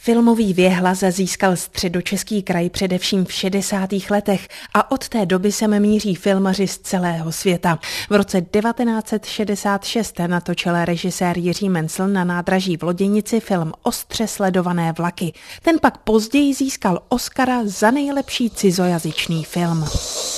Filmový věhlas získal Středočeský kraj především v 60. letech a od té doby sem míří filmaři z celého světa. V roce 1966 natočil režisér Jiří Mencl na nádraží v Loděnici film Ostře sledované vlaky. Ten pak později získal Oscara za nejlepší cizojazyčný film.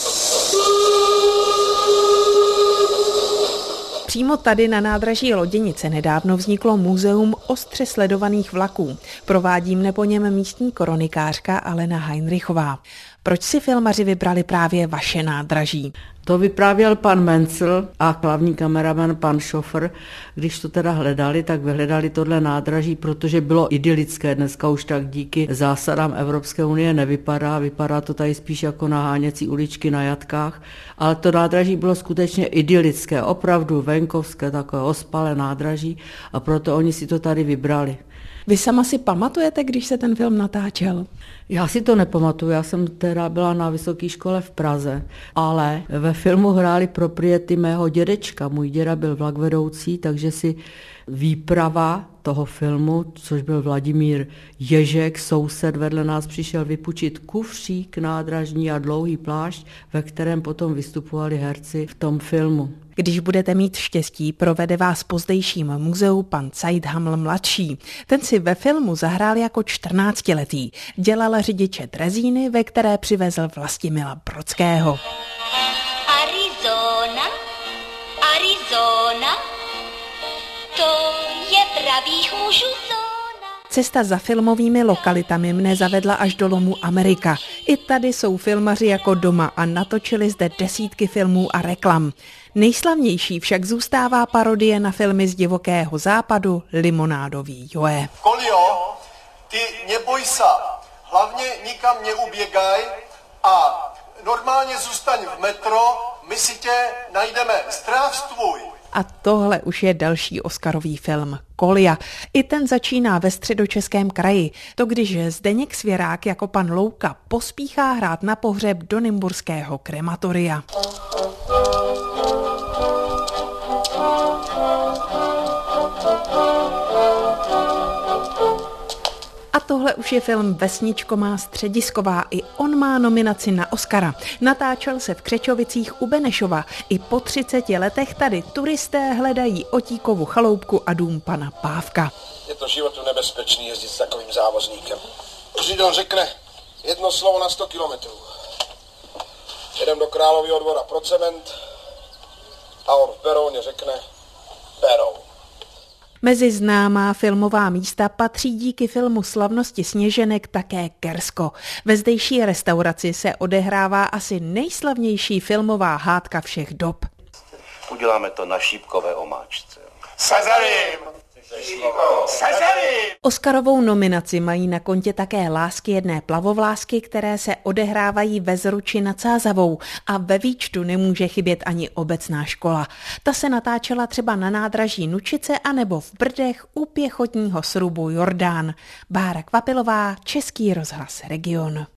Přímo tady na nádraží Loděnice nedávno vzniklo muzeum ostře sledovaných vlaků. Provádí mne po něm místní kronikářka Alena Heinrichová. Proč si filmaři vybrali právě vaše nádraží? To vyprávěl pan Mencl a hlavní kameraman pan Šofr. Když to teda hledali, tak vyhledali tohle nádraží, protože bylo idylické. Dneska už tak díky zásadám Evropské unie nevypadá. Vypadá to tady spíš jako naháněcí uličky na jatkách. Ale to nádraží bylo skutečně idylické, opravdu venkovské, takové ospalé nádraží a proto oni si to tady vybrali. Vy sama si pamatujete, když se ten film natáčel? Já si to nepamatuju, já jsem teda byla na vysoké škole v Praze, ale ve filmu hráli propriety mého dědečka. Můj děda byl vlakvedoucí, takže si výprava toho filmu, což byl Vladimír Ježek, soused vedle nás, přišel vypůjčit kufřík nádražní a dlouhý plášť, ve kterém potom vystupovali herci v tom filmu. Když budete mít štěstí, provede vás pozdejším muzeu pan Zeithaml mladší. Ten si ve filmu zahrál jako 14letý. Dělal řidiče drezíny, ve které přivezl Vlastimila Brodského. Arizona, to je pravých mužů zóna. Cesta za filmovými lokalitami mne zavedla až do lomu Amerika. I tady jsou filmaři jako doma a natočili zde desítky filmů a reklam. Nejslavnější však zůstává parodie na filmy z divokého západu Limonádový Joe. Kolio, ty neboj sa, hlavně nikam neuběgaj a normálně zůstaň v metro, my si tě najdeme, stráv svůj. A tohle už je další oscarový film, Kolia. I ten začíná ve Středočeském kraji. To když Zdeněk Svěrák jako pan Louka pospíchá hrát na pohřeb do nymburského krematoria. A tohle už je film Vesničko má středisková. I on má nominaci na Oscara. Natáčel se v Křečovicích u Benešova. I po 30 letech tady turisté hledají Otíkovu chaloupku a dům pana Pávka. Je to životu nebezpečný jezdit s takovým závozníkem. Řiditel řekne jedno slovo na 100 kilometrů. Jedem do Královýho dvora pro cement a on v Berouně řekne Beroun. Mezi známá filmová místa patří díky filmu Slavnosti sněženek také Kersko. Ve zdejší restauraci se odehrává asi nejslavnější filmová hádka všech dob. Uděláme to na šípkové omáčce. Sazarim! Oscarovou nominaci mají na kontě také Lásky jedné plavovlásky, které se odehrávají ve Zruči nad Sázavou a ve výčtu nemůže chybět ani obecná škola. Ta se natáčela třeba na nádraží Nučice anebo v Brdech u pěchotního srubu Jordán. Bára Kvapilová, Český rozhlas Region.